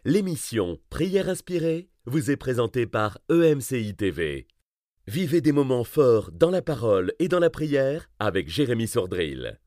L'émission Prière inspirée vous est présentée par EMCI TV. Vivez des moments forts dans la parole et dans la prière avec Jérémy Sordrill.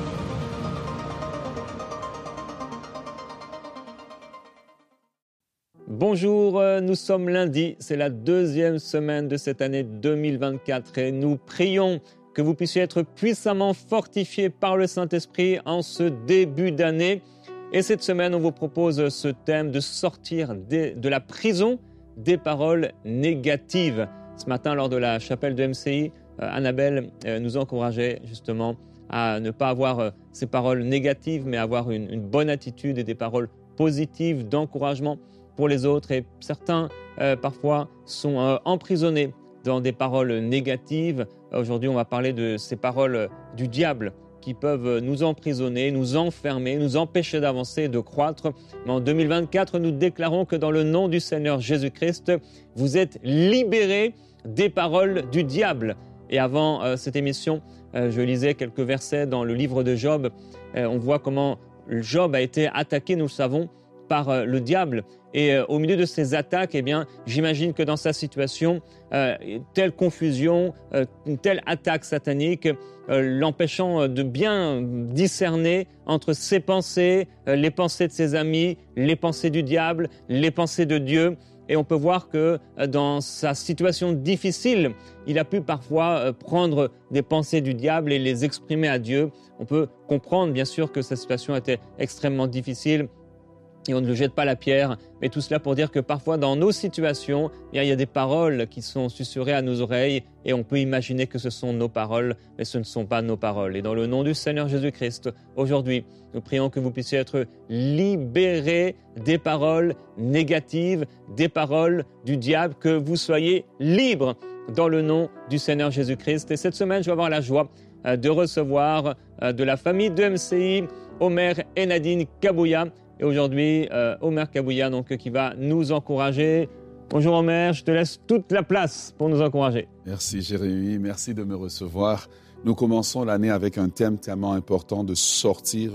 Bonjour, nous sommes lundi, c'est la deuxième semaine de cette année 2024 et nous prions que vous puissiez être puissamment fortifiés par le Saint-Esprit en ce début d'année. Et cette semaine, on vous propose ce thème de sortir de la prison des paroles négatives. Ce matin, lors de la chapelle de MCI, Annabelle nous encourageait justement à ne pas avoir ces paroles négatives, mais avoir une bonne attitude et des paroles positives d'encouragement pour les autres. Et certains, parfois, sont emprisonnés dans des paroles négatives. Aujourd'hui, on va parler de ces paroles du diable qui peuvent nous emprisonner, nous enfermer, nous empêcher d'avancer et de croître. Mais en 2024, nous déclarons que dans le nom du Seigneur Jésus-Christ, vous êtes libérés des paroles du diable. Et avant cette émission, je lisais quelques versets dans le livre de Job. On voit comment Job a été attaqué, nous le savons, par le diable. Et au milieu de ces attaques, eh bien, j'imagine que dans sa situation, telle confusion, une telle attaque satanique, l'empêchant de bien discerner entre ses pensées, les pensées de ses amis, les pensées du diable, les pensées de Dieu. Et on peut voir que dans sa situation difficile, il a pu parfois prendre des pensées du diable et les exprimer à Dieu. On peut comprendre bien sûr que sa situation était extrêmement difficile. Et on ne le jette pas la pierre, mais tout cela pour dire que parfois dans nos situations, il y a des paroles qui sont susurrées à nos oreilles et on peut imaginer que ce sont nos paroles, mais ce ne sont pas nos paroles. Et dans le nom du Seigneur Jésus-Christ, aujourd'hui, nous prions que vous puissiez être libérés des paroles négatives, des paroles du diable, que vous soyez libres dans le nom du Seigneur Jésus-Christ. Et cette semaine, je vais avoir la joie de recevoir de la famille de MCI, Omer et Nadine Kabouya. Et aujourd'hui, Omer Kabouya qui va nous encourager. Bonjour Omer, je te laisse toute la place pour nous encourager. Merci Jérémy, merci de me recevoir. Nous commençons l'année avec un thème tellement important de sortir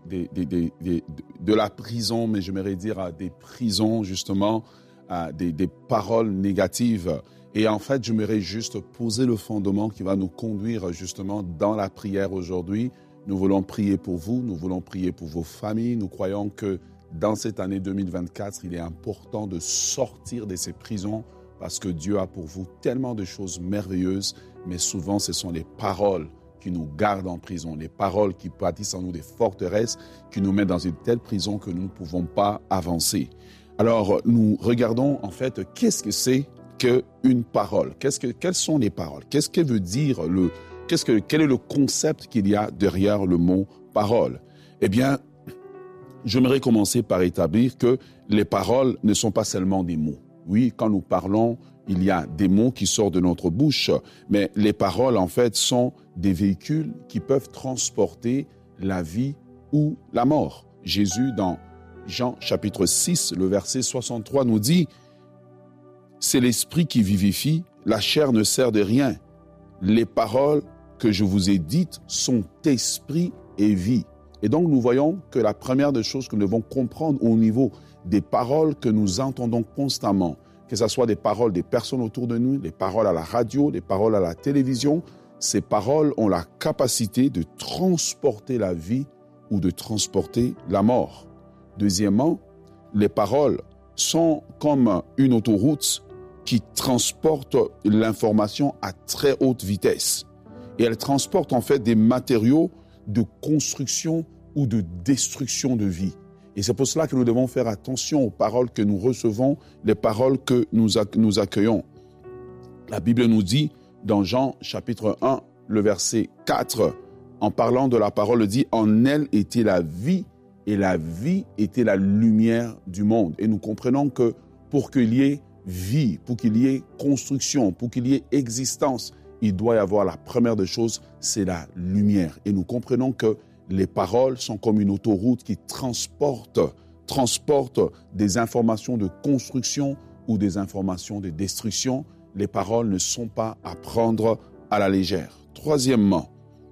de la prison, mais j'aimerais dire des prisons justement, des paroles négatives. Et en fait, j'aimerais juste poser le fondement qui va nous conduire justement dans la prière aujourd'hui. Nous voulons prier pour vous, nous voulons prier pour vos familles. Nous croyons que dans cette année 2024, il est important de sortir de ces prisons parce que Dieu a pour vous tellement de choses merveilleuses, mais souvent ce sont les paroles qui nous gardent en prison, les paroles qui bâtissent en nous des forteresses, qui nous mettent dans une telle prison que nous ne pouvons pas avancer. Alors, nous regardons en fait qu'est-ce que c'est qu'une parole, quelles sont les paroles, qu'est-ce que veut dire quel est le concept qu'il y a derrière le mot « parole » Eh bien, j'aimerais commencer par établir que les paroles ne sont pas seulement des mots. Oui, quand nous parlons, il y a des mots qui sortent de notre bouche, mais les paroles, en fait, sont des véhicules qui peuvent transporter la vie ou la mort. Jésus, dans Jean chapitre 6, le verset 63, nous dit « C'est l'esprit qui vivifie, la chair ne sert de rien. Les paroles que je vous ai dites sont esprit et vie. » Et donc, nous voyons que la première des choses que nous devons comprendre au niveau des paroles que nous entendons constamment, que ce soit des paroles des personnes autour de nous, des paroles à la radio, des paroles à la télévision, ces paroles ont la capacité de transporter la vie ou de transporter la mort. Deuxièmement, les paroles sont comme une autoroute qui transporte l'information à très haute vitesse. Et elle transporte en fait des matériaux de construction ou de destruction de vie. Et c'est pour cela que nous devons faire attention aux paroles que nous recevons, les paroles que nous accueillons. La Bible nous dit, dans Jean chapitre 1, le verset 4, en parlant de la parole, dit « En elle était la vie, et la vie était la lumière du monde. » Et nous comprenons que pour qu'il y ait vie, pour qu'il y ait construction, pour qu'il y ait existence, il doit y avoir la première des choses, c'est la lumière. Et nous comprenons que les paroles sont comme une autoroute qui transporte des informations de construction ou des informations de destruction. Les paroles ne sont pas à prendre à la légère. Troisièmement,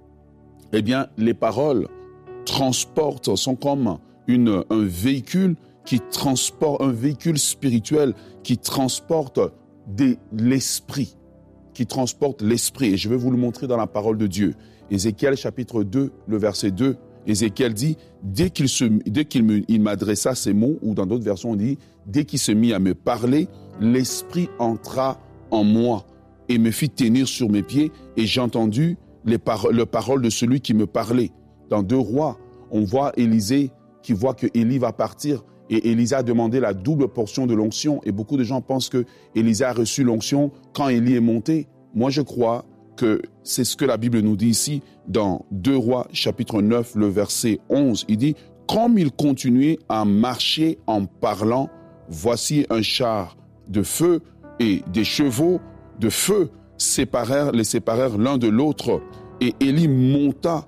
les paroles sont comme un véhicule qui transporte, un véhicule spirituel qui transporte l'esprit, qui transporte l'esprit. Et je vais vous le montrer dans la parole de Dieu. Ézéchiel chapitre 2, le verset 2. Ézéchiel dit, dès qu'il m'adressa ces mots, ou dans d'autres versions on dit, dès qu'il se mit à me parler, l'esprit entra en moi et me fit tenir sur mes pieds, et j'ai entendu les paroles de celui qui me parlait. Dans 2 Rois, on voit Élisée qui voit que Élie va partir, et Élisée a demandé la double portion de l'onction, et beaucoup de gens pensent que Élisée a reçu l'onction quand Élie est monté. Moi je crois que c'est ce que la Bible nous dit ici, dans 2 Rois chapitre 9, le verset 11. Il dit, comme il continuait à marcher en parlant, voici un char de feu et des chevaux de feu les séparèrent l'un de l'autre. Et Élie monta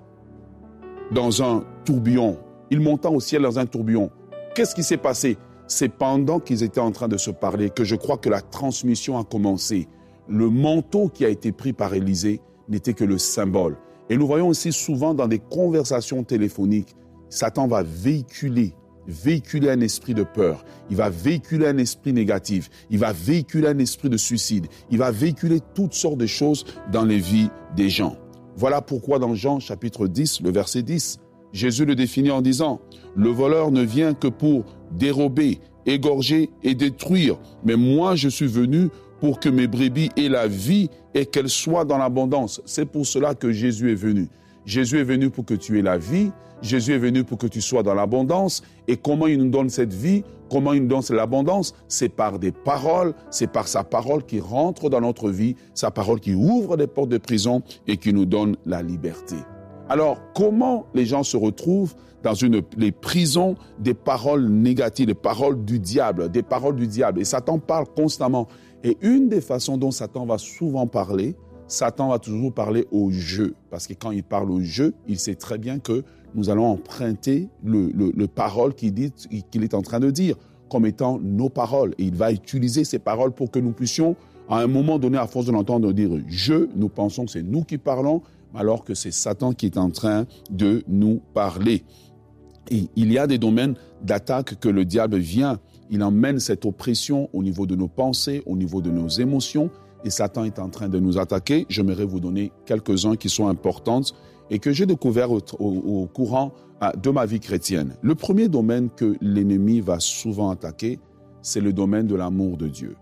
dans un tourbillon. Il monta au ciel dans un tourbillon. Qu'est-ce qui s'est passé? C'est pendant qu'ils étaient en train de se parler que je crois que la transmission a commencé. Le manteau qui a été pris par Élisée n'était que le symbole. Et nous voyons aussi souvent dans des conversations téléphoniques, Satan va véhiculer un esprit de peur, il va véhiculer un esprit négatif, il va véhiculer un esprit de suicide, il va véhiculer toutes sortes de choses dans les vies des gens. Voilà pourquoi dans Jean chapitre 10, le verset 10, Jésus le définit en disant, « Le voleur ne vient que pour dérober, égorger et détruire, mais moi je suis venu pour que mes brebis aient la vie et qu'elles soient dans l'abondance. » C'est pour cela que Jésus est venu. Jésus est venu pour que tu aies la vie. Jésus est venu pour que tu sois dans l'abondance. Et comment il nous donne cette vie? Comment il nous donne l'abondance? C'est par des paroles, c'est par sa parole qui rentre dans notre vie, sa parole qui ouvre des portes de prison et qui nous donne la liberté. Alors, comment les gens se retrouvent dans les prisons des paroles négatives, des paroles du diable, Et Satan parle constamment. Et une des façons dont Satan va souvent parler, Satan va toujours parler au jeu. Parce que quand il parle au jeu, il sait très bien que nous allons emprunter le parole qu'il est en train de dire comme étant nos paroles. Et il va utiliser ces paroles pour que nous puissions, à un moment donné, à force de l'entendre dire « je », nous pensons que c'est nous qui parlons, alors que c'est Satan qui est en train de nous parler. Et il y a des domaines d'attaque que le diable vient. Il emmène cette oppression au niveau de nos pensées, au niveau de nos émotions. Et Satan est en train de nous attaquer. J'aimerais vous donner quelques-uns qui sont importants et que j'ai découvert au courant de ma vie chrétienne. Le premier domaine que l'ennemi va souvent attaquer, c'est le domaine de l'amour de Dieu.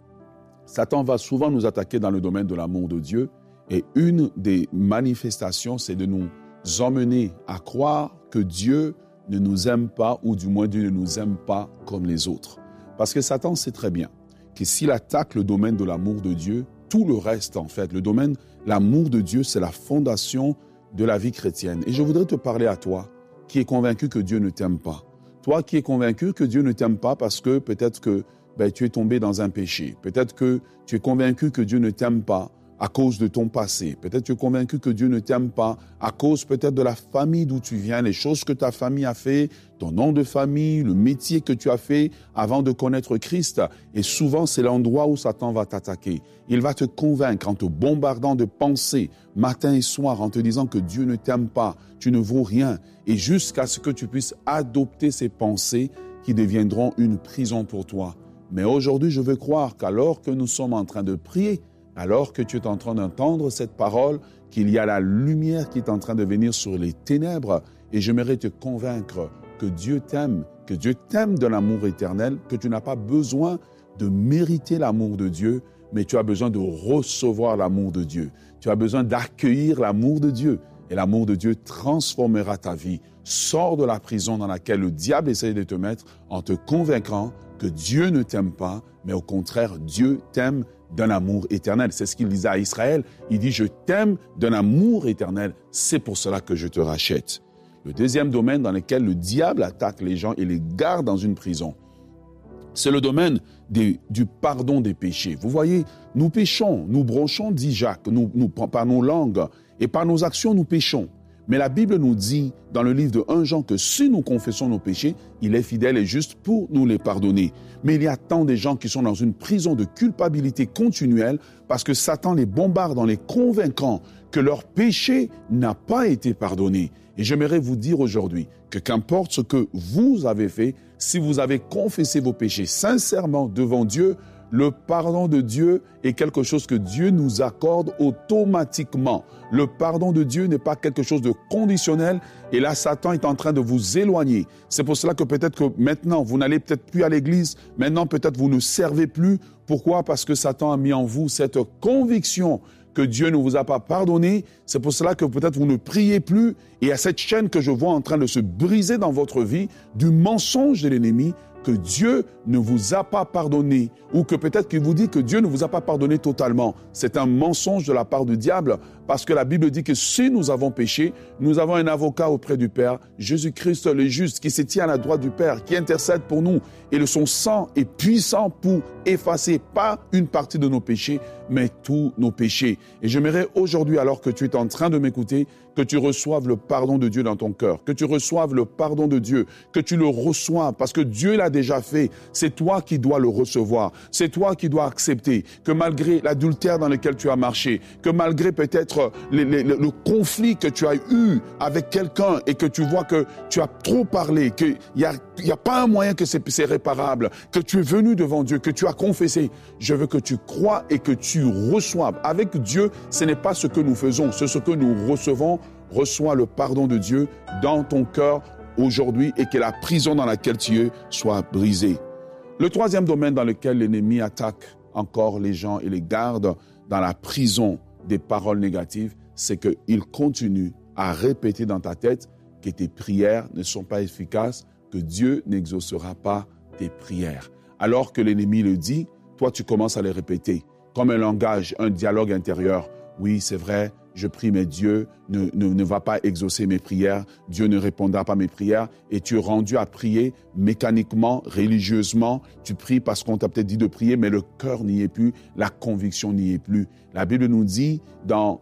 Satan va souvent nous attaquer dans le domaine de l'amour de Dieu. Et une des manifestations, c'est de nous emmener à croire que Dieu ne nous aime pas, ou du moins Dieu ne nous aime pas comme les autres. Parce que Satan sait très bien que s'il attaque le domaine de l'amour de Dieu, tout le reste en fait, l'amour de Dieu, c'est la fondation de la vie chrétienne. Et je voudrais te parler à toi qui es convaincu que Dieu ne t'aime pas. Toi qui es convaincu que Dieu ne t'aime pas parce que peut-être que tu es tombé dans un péché. Peut-être que tu es convaincu que Dieu ne t'aime pas à cause de ton passé. Peut-être tu es convaincu que Dieu ne t'aime pas à cause peut-être de la famille d'où tu viens, les choses que ta famille a fait, ton nom de famille, le métier que tu as fait avant de connaître Christ. Et souvent, c'est l'endroit où Satan va t'attaquer. Il va te convaincre en te bombardant de pensées matin et soir, en te disant que Dieu ne t'aime pas, tu ne vaux rien, et jusqu'à ce que tu puisses adopter ces pensées qui deviendront une prison pour toi. Mais aujourd'hui, je veux croire qu'alors que nous sommes en train de prier, alors que tu es en train d'entendre cette parole, qu'il y a la lumière qui est en train de venir sur les ténèbres, et j'aimerais te convaincre que Dieu t'aime de l'amour éternel, que tu n'as pas besoin de mériter l'amour de Dieu, mais tu as besoin de recevoir l'amour de Dieu. Tu as besoin d'accueillir l'amour de Dieu, et l'amour de Dieu transformera ta vie. Sors de la prison dans laquelle le diable essaie de te mettre en te convaincant que Dieu ne t'aime pas, mais au contraire, Dieu t'aime d'un amour éternel. C'est ce qu'il disait à Israël. Il dit, je t'aime d'un amour éternel. C'est pour cela que je te rachète. Le deuxième domaine dans lequel le diable attaque les gens et les garde dans une prison, c'est le domaine du pardon des péchés. Vous voyez, nous péchons, nous bronchons, dit Jacques, par nos langues et par nos actions, nous péchons. Mais la Bible nous dit dans le livre de 1 Jean que si nous confessons nos péchés, il est fidèle et juste pour nous les pardonner. Mais il y a tant de gens qui sont dans une prison de culpabilité continuelle parce que Satan les bombarde en les convainquant que leur péché n'a pas été pardonné. Et j'aimerais vous dire aujourd'hui que qu'importe ce que vous avez fait, si vous avez confessé vos péchés sincèrement devant Dieu, le pardon de Dieu est quelque chose que Dieu nous accorde automatiquement. Le pardon de Dieu n'est pas quelque chose de conditionnel et là, Satan est en train de vous éloigner. C'est pour cela que peut-être que maintenant, vous n'allez peut-être plus à l'église. Maintenant, peut-être vous ne servez plus. Pourquoi? Parce que Satan a mis en vous cette conviction que Dieu ne vous a pas pardonné. C'est pour cela que peut-être vous ne priez plus. Et il y a cette chaîne que je vois en train de se briser dans votre vie du mensonge de l'ennemi, que Dieu ne vous a pas pardonné, ou que peut-être qu'il vous dit que Dieu ne vous a pas pardonné totalement. C'est un mensonge de la part du diable, parce que la Bible dit que si nous avons péché, nous avons un avocat auprès du Père, Jésus-Christ le juste, qui se tient à la droite du Père, qui intercède pour nous, et son sang est puissant pour effacer pas une partie de nos péchés, mais tous nos péchés. Et j'aimerais aujourd'hui, alors que tu es en train de m'écouter, que tu reçoives le pardon de Dieu dans ton cœur, que tu reçoives le pardon de Dieu, que tu le reçoives, parce que Dieu l'a déjà fait. C'est toi qui dois le recevoir, c'est toi qui dois accepter que malgré l'adultère dans lequel tu as marché, que malgré peut-être le conflit que tu as eu avec quelqu'un et que tu vois que tu as trop parlé, qu'il n'y a pas un moyen que c'est réparable, que tu es venu devant Dieu, que tu as confessé. Je veux que tu crois et que tu reçoives. Avec Dieu, ce n'est pas ce que nous faisons, c'est ce que nous recevons. Reçois le pardon de Dieu dans ton cœur aujourd'hui et que la prison dans laquelle tu es soit brisée. Le troisième domaine dans lequel l'ennemi attaque encore les gens et les garde dans la prison des paroles négatives, c'est qu'il continue à répéter dans ta tête que tes prières ne sont pas efficaces, que Dieu n'exaucera pas tes prières. Alors que l'ennemi le dit, toi tu commences à les répéter comme un langage, un dialogue intérieur. Oui, c'est vrai, je prie, mais Dieu ne va pas exaucer mes prières, Dieu ne répondra pas à mes prières, et tu es rendu à prier mécaniquement, religieusement, tu pries parce qu'on t'a peut-être dit de prier, mais le cœur n'y est plus, la conviction n'y est plus. La Bible nous dit dans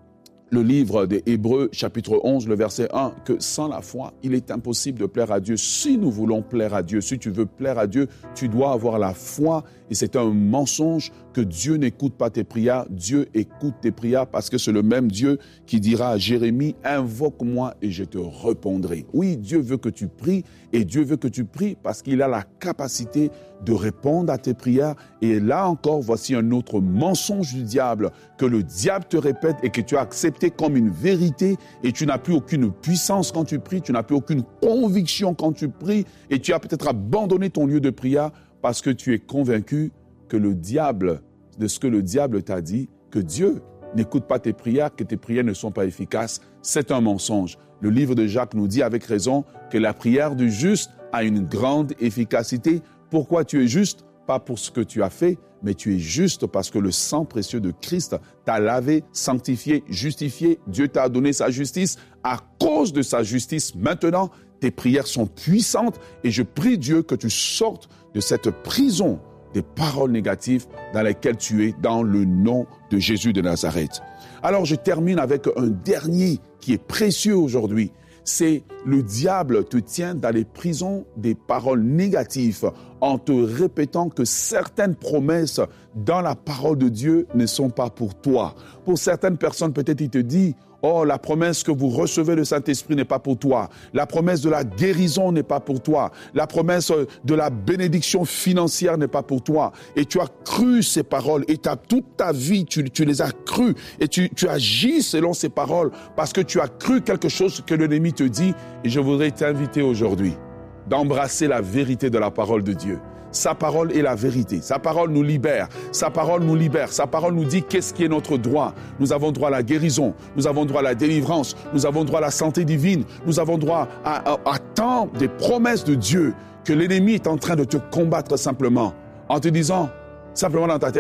le livre des Hébreux, chapitre 11, le verset 1, que sans la foi, il est impossible de plaire à Dieu. Si nous voulons plaire à Dieu, si tu veux plaire à Dieu, tu dois avoir la foi. Et c'est un mensonge que Dieu n'écoute pas tes prières. Dieu écoute tes prières parce que c'est le même Dieu qui dira à Jérémie, invoque-moi et je te répondrai. Oui, Dieu veut que tu pries et Dieu veut que tu pries parce qu'il a la capacité de répondre à tes prières. Et là encore, voici un autre mensonge du diable que le diable te répète et que tu as accepté comme une vérité et tu n'as plus aucune puissance quand tu pries, tu n'as plus aucune conviction quand tu pries et tu as peut-être abandonné ton lieu de prière parce que tu es convaincu que le diable, de ce que le diable t'a dit, que Dieu n'écoute pas tes prières, que tes prières ne sont pas efficaces. C'est un mensonge. Le livre de Jacques nous dit avec raison que la prière du juste a une grande efficacité. Pourquoi tu es juste? Pas pour ce que tu as fait, mais tu es juste parce que le sang précieux de Christ t'a lavé, sanctifié, justifié. Dieu t'a donné sa justice. À cause de sa justice, maintenant, tes prières sont puissantes et je prie Dieu que tu sortes de cette prison des paroles négatives dans lesquelles tu es dans le nom de Jésus de Nazareth. Alors je termine avec un dernier qui est précieux aujourd'hui. C'est le diable te tient dans les prisons des paroles négatives en te répétant que certaines promesses dans la parole de Dieu ne sont pas pour toi. Pour certaines personnes, peut-être il te dit, oh, la promesse que vous recevez le Saint-Esprit n'est pas pour toi. La promesse de la guérison n'est pas pour toi. La promesse de la bénédiction financière n'est pas pour toi. Et tu as cru ces paroles et toute ta vie, tu les as crues et tu agis selon ces paroles parce que tu as cru quelque chose que l'ennemi te dit. Et je voudrais t'inviter aujourd'hui d'embrasser la vérité de la parole de Dieu. Sa parole est la vérité. Sa parole nous libère. Sa parole nous libère. Sa parole nous dit qu'est-ce qui est notre droit. Nous avons droit à la guérison. Nous avons droit à la délivrance. Nous avons droit à la santé divine. Nous avons droit à tant des promesses de Dieu que l'ennemi est en train de te combattre simplement en te disant, simplement dans ta tête,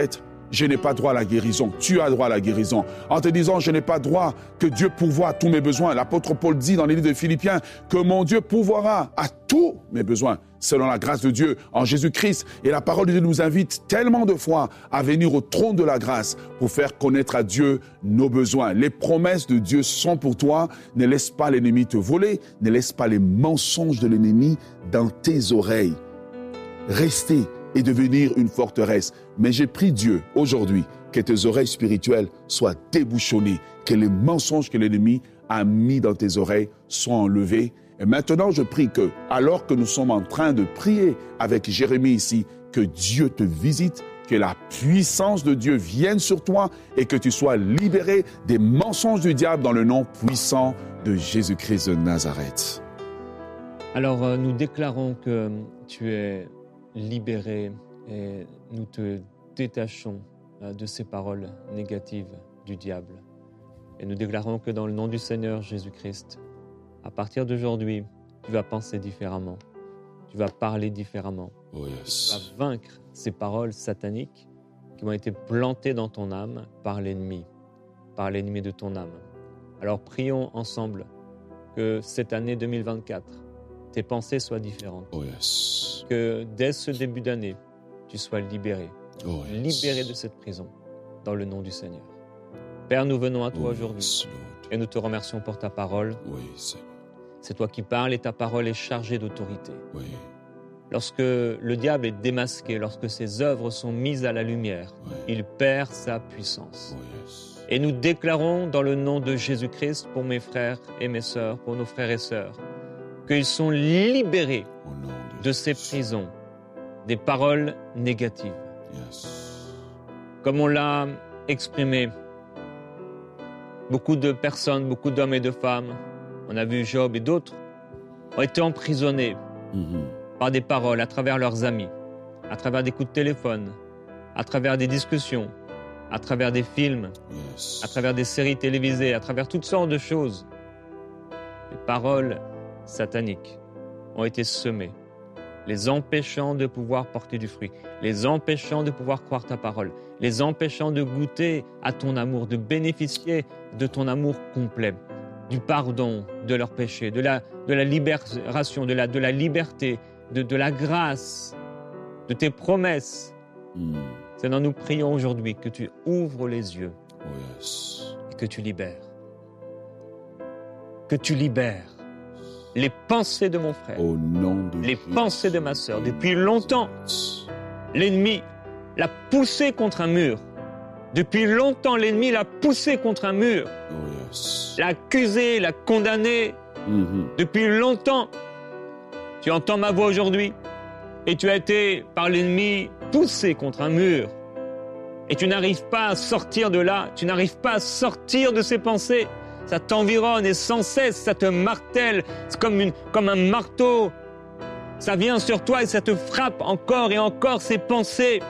je n'ai pas droit à la guérison. Tu as droit à la guérison. En te disant, je n'ai pas droit que Dieu pourvoie à tous mes besoins. L'apôtre Paul dit dans les livres de Philippiens que mon Dieu pourvoira à tous mes besoins, selon la grâce de Dieu en Jésus-Christ. Et la parole de Dieu nous invite tellement de fois à venir au trône de la grâce pour faire connaître à Dieu nos besoins. Les promesses de Dieu sont pour toi. Ne laisse pas l'ennemi te voler. Ne laisse pas les mensonges de l'ennemi dans tes oreilles. Restez et devenir une forteresse. Mais j'ai prie Dieu aujourd'hui que tes oreilles spirituelles soient débouchonnées, que les mensonges que l'ennemi a mis dans tes oreilles soient enlevés. Et maintenant, je prie que, alors que nous sommes en train de prier avec Jérémie ici, que Dieu te visite, que la puissance de Dieu vienne sur toi et que tu sois libéré des mensonges du diable dans le nom puissant de Jésus-Christ de Nazareth. Alors, nous déclarons que tu es libéré et nous te détachons de ces paroles négatives du diable. Et nous déclarons que dans le nom du Seigneur Jésus-Christ, à partir d'aujourd'hui, tu vas penser différemment, tu vas parler différemment, Oh yes. tu vas vaincre ces paroles sataniques qui ont été plantées dans ton âme par l'ennemi de ton âme. Alors prions ensemble que cette année 2024, tes pensées soient différentes. Oh yes. Que dès ce début d'année, tu sois libéré, Oh yes. libéré de cette prison, dans le nom du Seigneur. Père, nous venons à toi Oh aujourd'hui yes, Lord. et nous te remercions pour ta parole. Oui, Seigneur. C'est toi qui parles et ta parole est chargée d'autorité. Oui. Lorsque le diable est démasqué, lorsque ses œuvres sont mises à la lumière, Oui. il perd sa puissance. Oh yes. Et nous déclarons dans le nom de Jésus-Christ pour mes frères et mes sœurs, pour nos frères et sœurs, qu'ils sont libérés Au nom de ces Jésus. prisons, des paroles négatives. Yes. Comme on l'a exprimé, beaucoup de personnes, beaucoup d'hommes et de femmes, on a vu Job et d'autres, ont été emprisonnés Mhm. par des paroles à travers leurs amis, à travers des coups de téléphone, à travers des discussions, à travers des films, Yes. à travers des séries télévisées, à travers toutes sortes de choses. Les paroles sataniques ont été semées, les empêchant de pouvoir porter du fruit, les empêchant de pouvoir croire ta parole, les empêchant de goûter à ton amour, de bénéficier de ton amour complet, du pardon de leurs péchés, de la libération, de la liberté, de la grâce, de tes promesses. Mm. Seigneur, nous prions aujourd'hui que tu ouvres les yeux Oh yes. et que tu libères. Que tu libères les pensées de mon frère, Au nom de les Jésus. pensées de ma sœur. Depuis longtemps, l'ennemi l'a poussé contre un mur. Depuis longtemps, l'ennemi l'a poussé contre un mur, Oh yes. l'a accusé, l'a condamné. Mhm. Depuis longtemps, tu entends ma voix aujourd'hui et tu as été par l'ennemi poussé contre un mur. Et tu n'arrives pas à sortir de là, tu n'arrives pas à sortir de ces pensées. Ça t'environne et sans cesse, ça te martèle, c'est comme un marteau. Ça vient sur toi et ça te frappe encore et encore ces pensées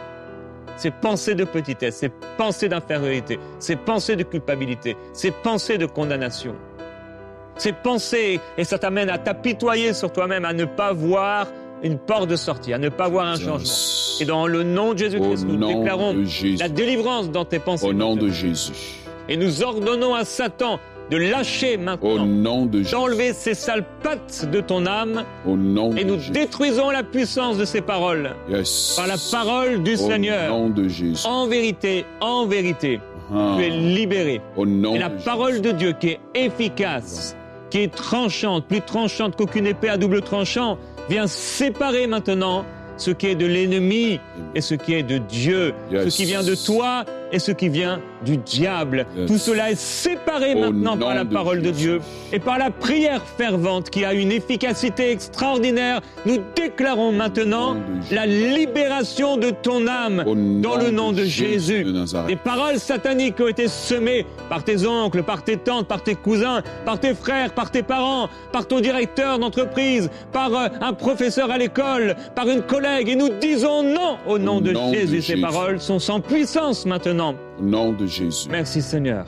de petitesse, ces pensées d'infériorité, ces pensées de culpabilité, ces pensées de condamnation. Ces pensées, et ça t'amène à t'apitoyer sur toi-même, à ne pas voir une porte de sortie, à ne pas voir un changement. Et dans le nom de Jésus-Christ, nous déclarons la délivrance dans tes pensées. Au nom de Jésus. Et nous ordonnons à Satan de lâcher Au maintenant, nom de Jésus. d'enlever ces sales pattes de ton âme, Au nom et de nous Jésus. détruisons la puissance de ces paroles Yes. par la parole du Seigneur. Au nom de Jésus. En vérité, Ah. tu es libéré. Au nom Et la de Jésus. parole de Dieu qui est efficace, qui est tranchante, plus tranchante qu'aucune épée à double tranchant, vient séparer maintenant ce qui est de l'ennemi et ce qui est de Dieu, Yes. ce qui vient de toi et ce qui vient du diable. Yes. Tout cela est séparé Au maintenant par nom la de parole de Jésus. Dieu et par la prière fervente qui a une efficacité extraordinaire. Nous déclarons maintenant Au nom de Jésus. la libération de ton âme Au dans le nom de Jésus Jésus. de Nazareth. Des paroles sataniques qui ont été semées par tes oncles, par tes tantes, par tes cousins, par tes frères, par tes parents, par ton directeur d'entreprise, par un professeur à l'école, par une collègue. Et nous disons non au nom de nom de Jésus. Ces Jésus. paroles sont sans puissance maintenant. Au nom de Jésus. Merci Seigneur.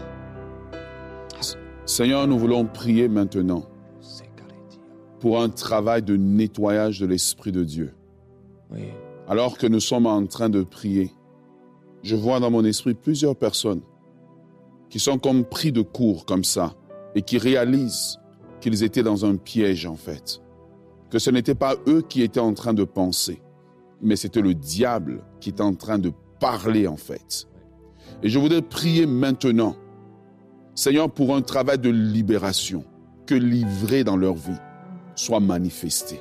Seigneur, nous voulons prier maintenant pour un travail de nettoyage de l'Esprit de Dieu. Oui. Alors que nous sommes en train de prier, je vois dans mon esprit plusieurs personnes qui sont comme pris de court comme ça et qui réalisent qu'ils étaient dans un piège en fait. Que ce n'était pas eux qui étaient en train de penser, mais c'était le diable qui était en train de parler en fait. Et je voudrais prier maintenant, Seigneur, pour un travail de libération, que livré dans leur vie soit manifesté.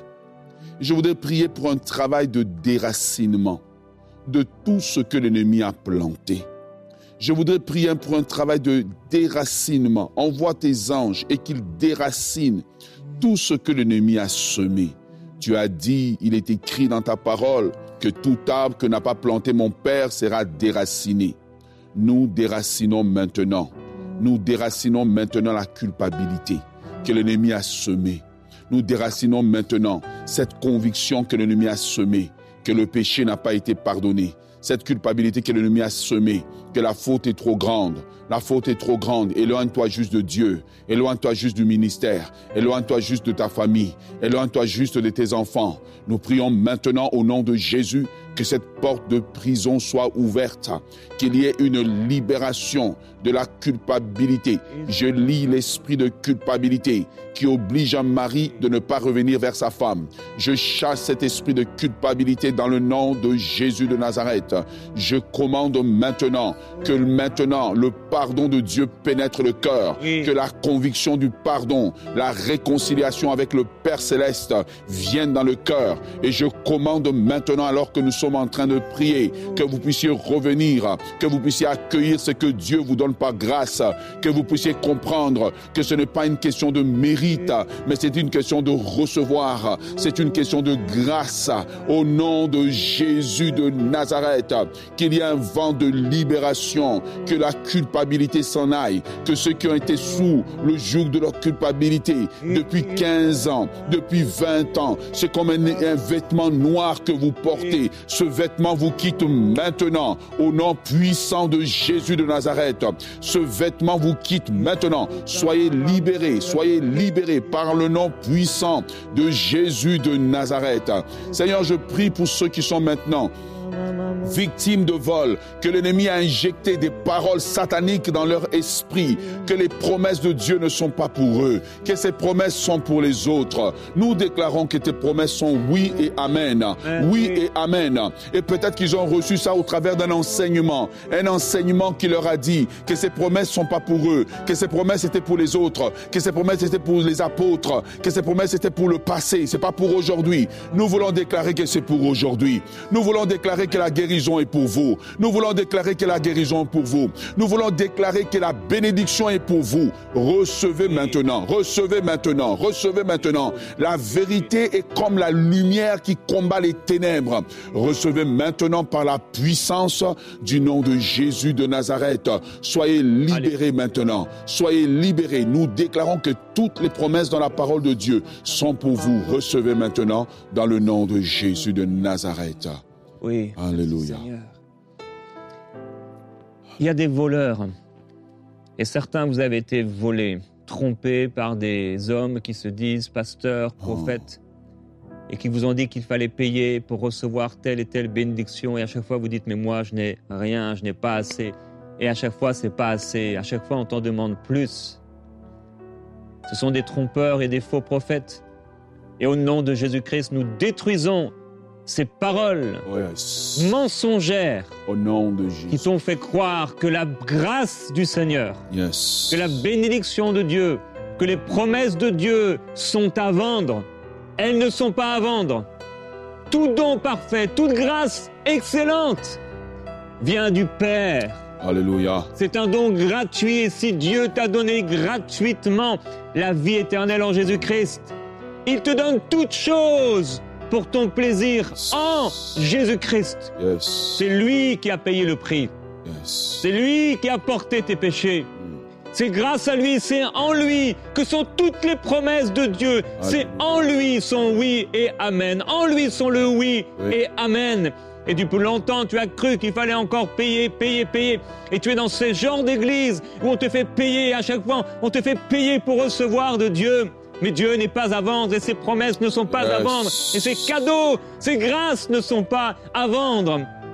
Je voudrais prier pour un travail de déracinement de tout ce que l'ennemi a planté. Je voudrais prier pour un travail de déracinement. Envoie tes anges et qu'ils déracinent tout ce que l'ennemi a semé. Tu as dit, il est écrit dans ta parole, que tout arbre que n'a pas planté mon Père sera déraciné. Nous déracinons maintenant. Nous déracinons maintenant la culpabilité que l'ennemi a semée. Nous déracinons maintenant cette conviction que l'ennemi a semée, que le péché n'a pas été pardonné. Cette culpabilité que l'ennemi a semée, que la faute est trop grande. La faute est trop grande. Éloigne-toi juste de Dieu. Éloigne-toi juste du ministère. Éloigne-toi juste de ta famille. Éloigne-toi juste de tes enfants. Nous prions maintenant au nom de Jésus que cette porte de prison soit ouverte, qu'il y ait une libération de la culpabilité. Je lis l'esprit de culpabilité qui oblige un mari de ne pas revenir vers sa femme. Je chasse cet esprit de culpabilité dans le nom de Jésus de Nazareth. Je commande maintenant que le pardon de Dieu pénètre le cœur, que la conviction du pardon, la réconciliation avec le Père Céleste vienne dans le cœur. Et je commande maintenant, alors que nous sommes en train de prier, que vous puissiez revenir, que vous puissiez accueillir ce que Dieu vous donne par grâce, que vous puissiez comprendre que ce n'est pas une question de mérite, mais c'est une question de recevoir, c'est une question de grâce. Au nom de Jésus de Nazareth, qu'il y ait un vent de libération, que la culpabilité s'en aille, que ceux qui ont été sous le joug de leur culpabilité depuis 15 ans, depuis 20 ans, c'est comme un vêtement noir que vous portez. Ce vêtement vous quitte maintenant au nom puissant de Jésus de Nazareth. Ce vêtement vous quitte maintenant. Soyez libérés par le nom puissant de Jésus de Nazareth. Seigneur, je prie pour ceux qui sont maintenant victimes de vol, que l'ennemi a injecté des paroles sataniques dans leur esprit, que les promesses de Dieu ne sont pas pour eux, que ces promesses sont pour les autres. Nous déclarons que tes promesses sont oui et amen. Oui et amen. Et peut-être qu'ils ont reçu ça au travers d'un enseignement qui leur a dit que ces promesses sont pas pour eux, que ces promesses étaient pour les autres, que ces promesses étaient pour les apôtres, que ces promesses étaient pour le passé, c'est pas pour aujourd'hui. Nous voulons déclarer que c'est pour aujourd'hui. Nous voulons déclarer que la guérison est pour vous. Nous voulons déclarer que la guérison est pour vous. Nous voulons déclarer que la bénédiction est pour vous. Recevez maintenant. Recevez maintenant. Recevez maintenant. La vérité est comme la lumière qui combat les ténèbres. Recevez maintenant par la puissance du nom de Jésus de Nazareth. Soyez libérés maintenant. Soyez libérés. Nous déclarons que toutes les promesses dans la parole de Dieu sont pour vous. Recevez maintenant dans le nom de Jésus de Nazareth. Oui. Alléluia. Seigneur. Il y a des voleurs. Et certains, vous avez été volés, trompés par des hommes qui se disent pasteurs, prophètes, et qui vous ont dit qu'il fallait payer pour recevoir telle et telle bénédiction. Et à chaque fois, vous dites, mais moi, je n'ai rien, je n'ai pas assez. Et à chaque fois, c'est pas assez. À chaque fois, on t'en demande plus. Ce sont des trompeurs et des faux prophètes. Et au nom de Jésus-Christ, nous détruisons ces paroles mensongères au nom de Jésus, qui t'ont fait croire que la grâce du Seigneur, que la bénédiction de Dieu, que les promesses de Dieu sont à vendre. Elles ne sont pas à vendre. Tout don parfait, toute grâce excellente vient du Père. Alléluia. C'est un don gratuit et si Dieu t'a donné gratuitement la vie éternelle en Jésus-Christ, il te donne toutes choses pour ton plaisir en Jésus-Christ. C'est lui qui a payé le prix. C'est lui qui a porté tes péchés. C'est grâce à lui, c'est en lui que sont toutes les promesses de Dieu. C'est en lui son oui et amen. En lui sont le oui et amen. Et depuis longtemps, tu as cru qu'il fallait encore payer. Et tu es dans ce genre d'église où on te fait payer à chaque fois. On te fait payer pour recevoir de Dieu. Mais Dieu n'est pas à vendre et ses promesses ne sont pas à vendre. Et ses cadeaux, ses grâces ne sont pas à vendre.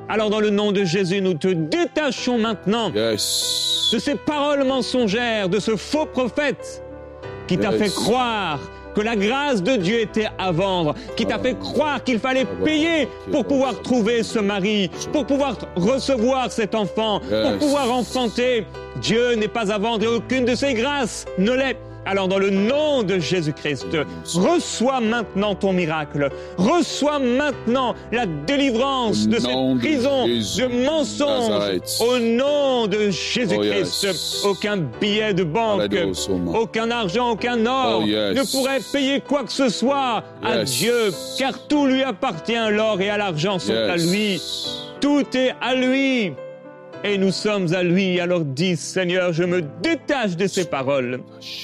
Alors dans le nom de Jésus, nous te détachons maintenant Yes. de ces paroles mensongères, de ce faux prophète qui t'a fait croire que la grâce de Dieu était à vendre, qui t'a fait croire qu'il fallait payer pour pouvoir trouver ce mari, pour pouvoir recevoir cet enfant, pour pouvoir enfanter. Dieu n'est pas à vendre et aucune de ses grâces ne l'est. Alors dans le nom de Jésus-Christ, reçois maintenant ton miracle, reçois maintenant la délivrance de cette prison de mensonges. Au nom de Jésus-Christ, aucun billet de banque, aucun argent, aucun or ne pourrait payer quoi que ce soit à Dieu, car tout lui appartient, l'or et à l'argent sont à lui, tout est à lui. Et nous sommes à lui. Alors dis, Seigneur, je me détache de ces paroles.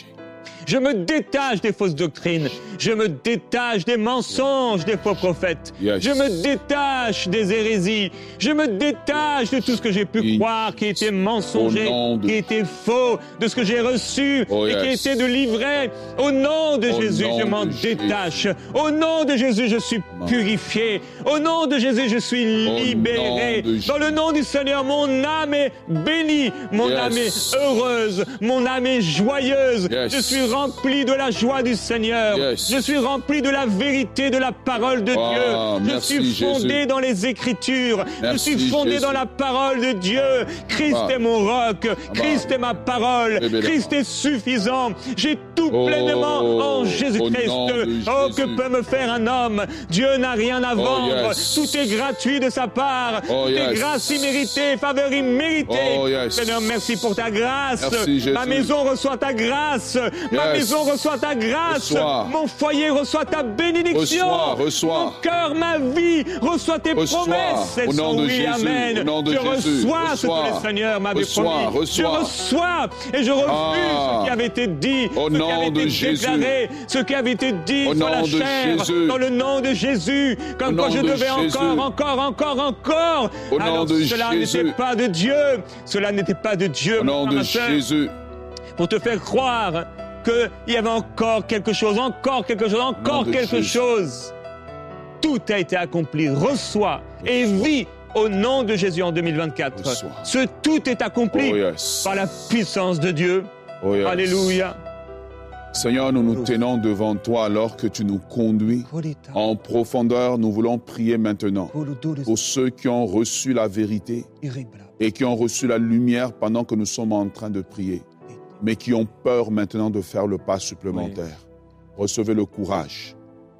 Je me détache des fausses doctrines. Je me détache des mensonges des faux prophètes. Je me détache des hérésies. Je me détache de tout ce que j'ai pu croire qui était mensonger, qui était faux, de ce que j'ai reçu et qui était de l'ivraie. Au nom de Jésus, je m'en détache. Au nom de Jésus, je suis purifié. Au nom de Jésus, je suis libéré. Dans le nom du Seigneur, mon âme est bénie. Mon âme est heureuse. Mon âme est joyeuse. Je suis rempli de la joie du Seigneur. Je suis rempli de la vérité de la parole de Dieu. Je suis fondé dans les Écritures. Je suis fondé dans la parole de Dieu. Christ est mon roc. Christ est ma parole. Christ est suffisant. J'ai tout pleinement en Jésus-Christ. Oh, que peut me faire un homme? Dieu n'a rien à vendre. Tout est gratuit de sa part. Tout est grâce imméritée, faveur imméritée. Seigneur, merci pour ta grâce. Ma maison reçoit ta grâce. Ma maison reçoit ta grâce. Mon foyer reçoit ta bénédiction. Mon cœur, ma vie reçoit tes promesses. Elles sont oui, amen. Je reçois ce que le Seigneur m'avait promis. Je reçois et je refuse ce qui avait été dit, ce qui avait été déclaré, ce qui avait été dit sur la chair, dans le nom de Jésus. Comme quoi je devais encore. Alors cela n'était pas de Dieu. Cela n'était pas de Dieu, mon frère, ma sœur, pour te faire croire qu'il y avait encore quelque chose. Tout a été accompli. Reçois et vis au nom de Jésus en 2024. Ce tout est accompli par la puissance de Dieu. Alléluia. Seigneur, nous nous tenons devant toi alors que tu nous conduis en profondeur. Nous voulons prier maintenant pour ceux qui ont reçu la vérité et qui ont reçu la lumière pendant que nous sommes en train de prier, mais qui ont peur maintenant de faire le pas supplémentaire. Recevez le courage,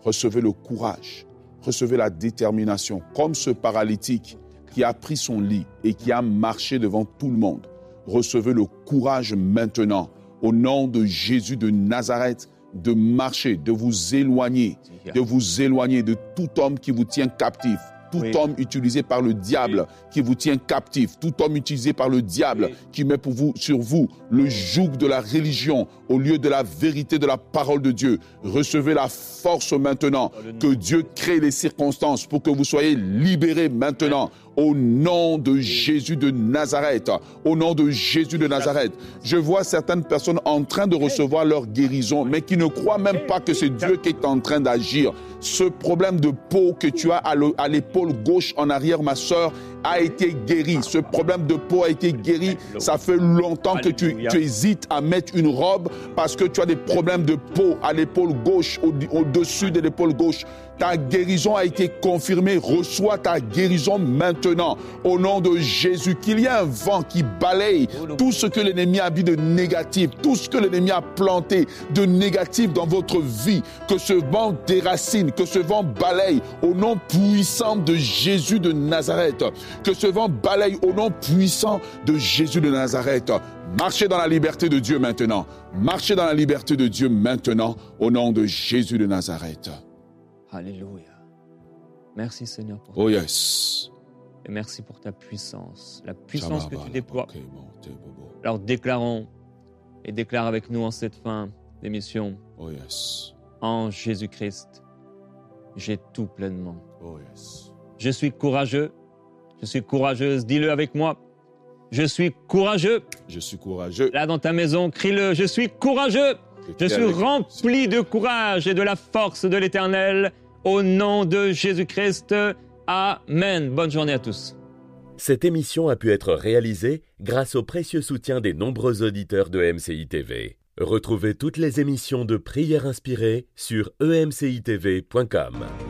recevez la détermination, comme ce paralytique qui a pris son lit et qui a marché devant tout le monde. Recevez le courage maintenant, au nom de Jésus de Nazareth, de marcher, de vous éloigner de tout homme qui vous tient captif. Tout homme utilisé par le diable qui vous tient captif, tout homme utilisé par le diable qui met sur vous le joug de la religion au lieu de la vérité de la parole de Dieu. Recevez la force maintenant, que Dieu crée les circonstances pour que vous soyez libérés maintenant. Au nom de Jésus de Nazareth, au nom de Jésus de Nazareth. Je vois certaines personnes en train de recevoir leur guérison, mais qui ne croient même pas que c'est Dieu qui est en train d'agir. Ce problème de peau que tu as à l'épaule gauche en arrière, ma sœur, a été guéri. Ce problème de peau a été guéri. Ça fait longtemps que tu hésites à mettre une robe parce que tu as des problèmes de peau à l'épaule gauche, au-dessus de l'épaule gauche. Ta guérison a été confirmée. Reçois ta guérison maintenant. Au nom de Jésus, qu'il y ait un vent qui balaye tout ce que l'ennemi a mis de négatif, tout ce que l'ennemi a planté de négatif dans votre vie. Que ce vent déracine, que ce vent balaye au nom puissant de Jésus de Nazareth. Que ce vent balaye au nom puissant de Jésus de Nazareth. Marchez dans la liberté de Dieu maintenant. Marchez dans la liberté de Dieu maintenant, au nom de Jésus de Nazareth. Alléluia. Merci Seigneur pour ta puissance. Et merci pour ta puissance, la puissance que tu déploies. Alors déclarons et déclare avec nous en cette fin d'émission. En Jésus-Christ, j'ai tout pleinement. Je suis courageux. Je suis courageuse. Dis-le avec moi. Je suis courageux. Je suis courageux. Là dans ta maison, crie-le. Je suis courageux. Je suis rempli de courage et de la force de l'Éternel. Au nom de Jésus-Christ. Amen. Bonne journée à tous. Cette émission a pu être réalisée grâce au précieux soutien des nombreux auditeurs de MCI TV. Retrouvez toutes les émissions de Prières inspirées sur emcitv.com.